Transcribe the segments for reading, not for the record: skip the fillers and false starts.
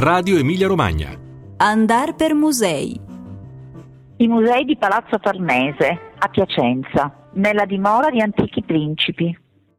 Radio Emilia Romagna. Andar per musei. I musei di Palazzo Farnese a Piacenza, nella dimora di antichi principi.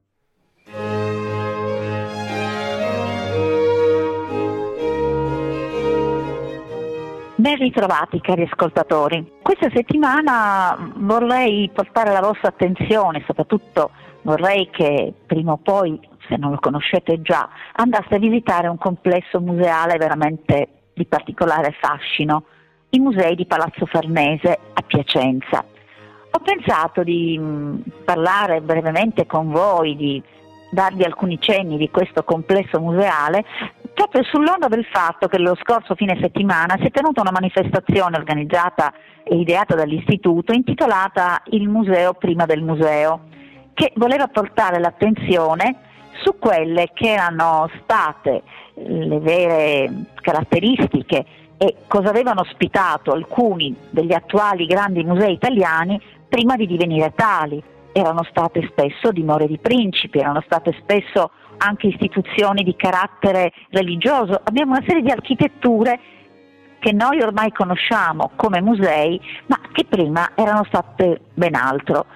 Ben ritrovati cari ascoltatori. Questa settimana vorrei portare la vostra attenzione, soprattutto vorrei che prima o poi, se non lo conoscete già, andaste a visitare un complesso museale veramente di particolare fascino, i musei di Palazzo Farnese a Piacenza. Ho pensato di parlare brevemente con voi, di darvi alcuni cenni di questo complesso museale, proprio sull'onda del fatto che lo scorso fine settimana si è tenuta una manifestazione organizzata e ideata dall'Istituto intitolata Il Museo prima del museo, che voleva portare l'attenzione su quelle che erano state le vere caratteristiche e cosa avevano ospitato alcuni degli attuali grandi musei italiani prima di divenire tali. Erano state spesso dimore di principi, erano state spesso anche istituzioni di carattere religioso. Abbiamo una serie di architetture che noi ormai conosciamo come musei, ma che prima erano state ben altro.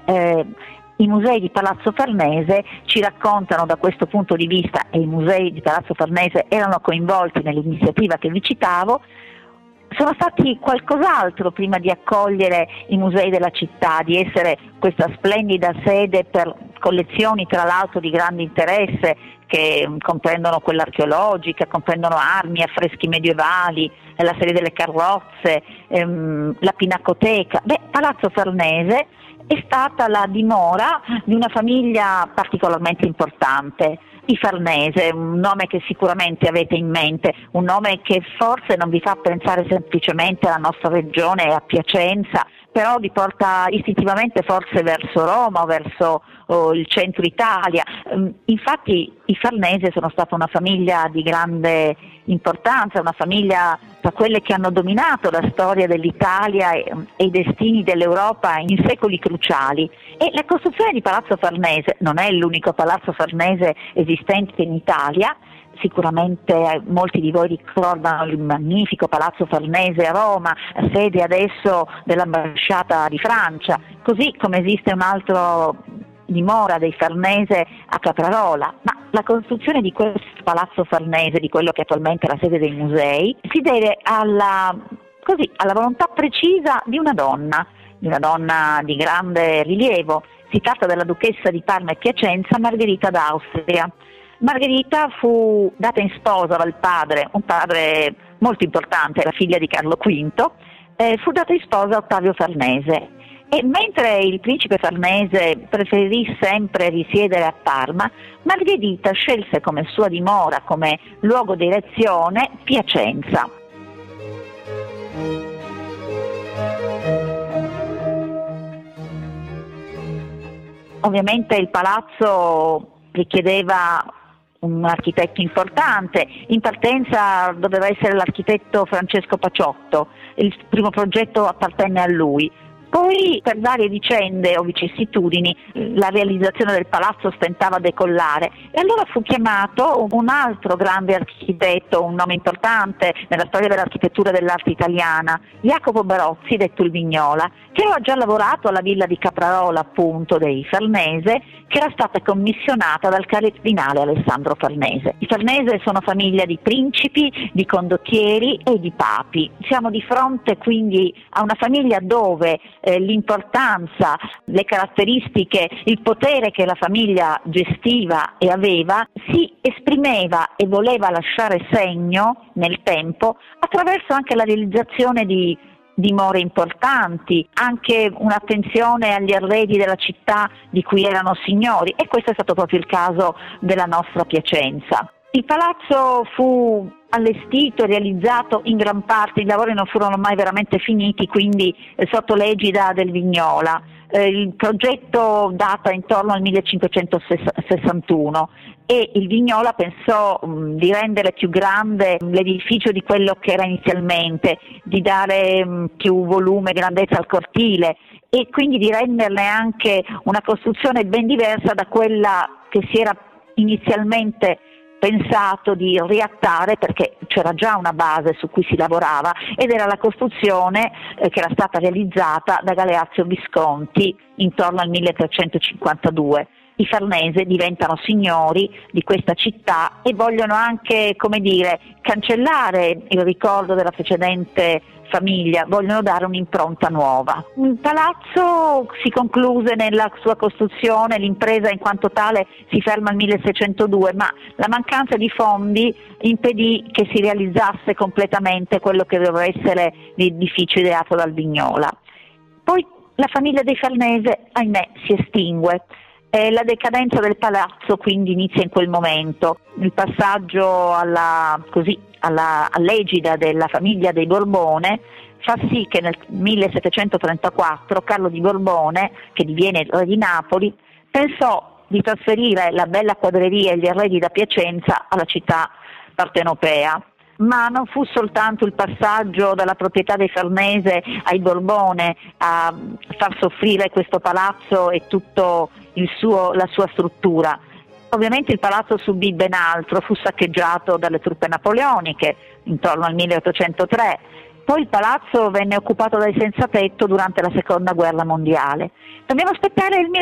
I musei di Palazzo Farnese ci raccontano da questo punto di vista, e i musei di Palazzo Farnese erano coinvolti nell'iniziativa che vi citavo, sono stati qualcos'altro prima di accogliere i musei della città, di essere questa splendida sede per collezioni tra l'altro di grande interesse che comprendono quella archeologica, comprendono armi, affreschi medievali, la serie delle carrozze, la pinacoteca. Palazzo Farnese è stata la dimora di una famiglia particolarmente importante, i Farnese, un nome che sicuramente avete in mente, un nome che forse non vi fa pensare semplicemente alla nostra regione e a Piacenza, però vi porta istintivamente forse verso Roma o verso il centro Italia. Infatti i Farnese sono stata una famiglia di grande importanza, una famiglia tra quelle che hanno dominato la storia dell'Italia e i destini dell'Europa in secoli cruciali. E la costruzione di Palazzo Farnese non è l'unico Palazzo Farnese esistente in Italia. Sicuramente molti di voi ricordano il magnifico Palazzo Farnese a Roma, sede adesso dell'ambasciata di Francia, così come esiste un altro dimora dei Farnese a Caprarola, ma la costruzione di questo Palazzo Farnese, di quello che attualmente è la sede dei musei, si deve alla volontà precisa di una donna di grande rilievo. Si tratta della duchessa di Parma e Piacenza, Margherita d'Austria. Margherita fu data in sposa dal padre, un padre molto importante, la figlia di Carlo V, fu data in sposa a Ottavio Farnese. E mentre il principe Farnese preferì sempre risiedere a Parma, Margherita scelse come sua dimora, come luogo di elezione, Piacenza. Ovviamente il palazzo richiedeva un architetto importante. In partenza doveva essere l'architetto Francesco Paciotto, il primo progetto appartenne a lui. Poi, per varie vicende o vicissitudini, la realizzazione del palazzo stentava a decollare e allora fu chiamato un altro grande architetto, un nome importante nella storia dell'architettura e dell'arte italiana, Jacopo Barozzi, detto il Vignola, che aveva già lavorato alla villa di Caprarola, appunto, dei Farnese, che era stata commissionata dal cardinale Alessandro Farnese. I Farnese sono famiglia di principi, di condottieri e di papi. Siamo di fronte quindi a una famiglia dove l'importanza, le caratteristiche, il potere che la famiglia gestiva e aveva si esprimeva e voleva lasciare segno nel tempo attraverso anche la realizzazione di dimore importanti, anche un'attenzione agli arredi della città di cui erano signori, e questo è stato proprio il caso della nostra Piacenza. Il palazzo fu allestito e realizzato in gran parte, i lavori non furono mai veramente finiti, quindi sotto l'egida del Vignola. Il progetto data intorno al 1561 e il Vignola pensò di rendere più grande l'edificio di quello che era inizialmente, di dare più volume e grandezza al cortile e quindi di renderne anche una costruzione ben diversa da quella che si era inizialmente pensato di riattare, perché c'era già una base su cui si lavorava, ed era la costruzione che era stata realizzata da Galeazzo Visconti intorno al 1352. I Farnese diventano signori di questa città e vogliono anche, cancellare il ricordo della precedente famiglia, vogliono dare un'impronta nuova. Il palazzo si concluse nella sua costruzione, l'impresa in quanto tale si ferma al 1602, ma la mancanza di fondi impedì che si realizzasse completamente quello che doveva essere l'edificio ideato dal Vignola. Poi la famiglia dei Farnese, ahimè, si estingue. La decadenza del palazzo quindi inizia in quel momento. Il passaggio all'egida della famiglia dei Borbone fa sì che nel 1734 Carlo di Borbone, che diviene re di Napoli, pensò di trasferire la bella quadreria e gli arredi da Piacenza alla città partenopea. Ma non fu soltanto il passaggio dalla proprietà dei Farnese ai Borbone a far soffrire questo palazzo e tutta la sua struttura. Ovviamente il palazzo subì ben altro, fu saccheggiato dalle truppe napoleoniche intorno al 1803. Poi il palazzo venne occupato dai senzatetto durante la seconda guerra mondiale. Dobbiamo aspettare il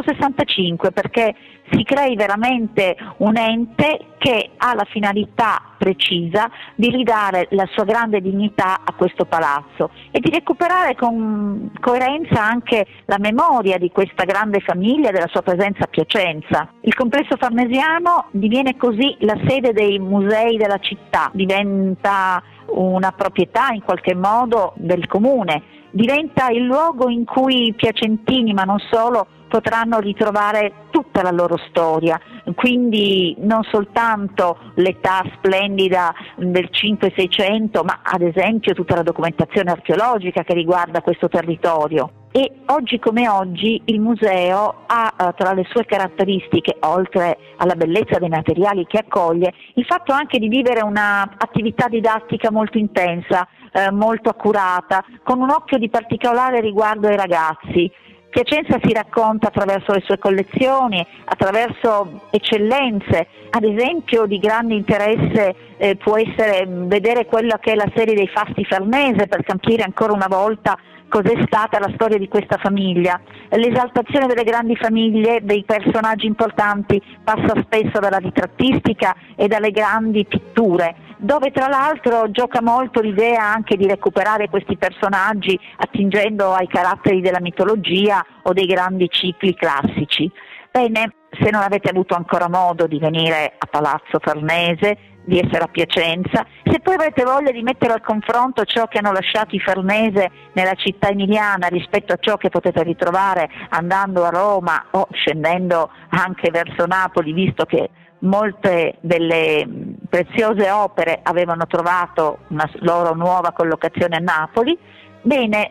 1965 perché si crei veramente un ente che ha la finalità precisa di ridare la sua grande dignità a questo palazzo e di recuperare con coerenza anche la memoria di questa grande famiglia e della sua presenza a Piacenza. Il complesso farnesiano diviene così la sede dei musei della città, diventa una proprietà in qualche modo del comune, diventa il luogo in cui i piacentini, ma non solo, potranno ritrovare tutta la loro storia, quindi non soltanto l'età splendida del 500-600, ma ad esempio tutta la documentazione archeologica che riguarda questo territorio. E oggi come oggi il museo ha tra le sue caratteristiche, oltre alla bellezza dei materiali che accoglie, il fatto anche di vivere un'attività didattica molto intensa, molto accurata, con un occhio di particolare riguardo ai ragazzi. Piacenza si racconta attraverso le sue collezioni, attraverso eccellenze, ad esempio di grande interesse può essere vedere quella che è la serie dei Fasti Farnese per capire ancora una volta cos'è stata la storia di questa famiglia. L'esaltazione delle grandi famiglie, dei personaggi importanti, passa spesso dalla ritrattistica e dalle grandi pitture, dove tra l'altro gioca molto l'idea anche di recuperare questi personaggi attingendo ai caratteri della mitologia o dei grandi cicli classici. Bene, se non avete avuto ancora modo di venire a Palazzo Farnese, di essere a Piacenza, se poi avete voglia di mettere al confronto ciò che hanno lasciato i Farnese nella città emiliana rispetto a ciò che potete ritrovare andando a Roma o scendendo anche verso Napoli, visto che molte delle preziose opere avevano trovato una loro nuova collocazione a Napoli, bene,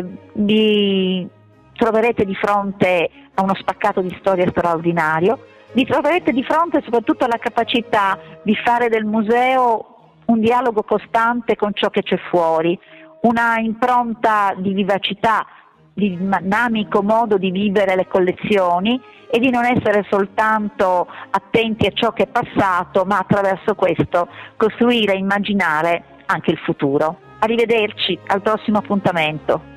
vi troverete di fronte a uno spaccato di storia straordinario, vi troverete di fronte soprattutto alla capacità di fare del museo un dialogo costante con ciò che c'è fuori, una impronta di vivacità, di dinamico modo di vivere le collezioni e di non essere soltanto attenti a ciò che è passato, ma attraverso questo costruire e immaginare anche il futuro. Arrivederci, al prossimo appuntamento.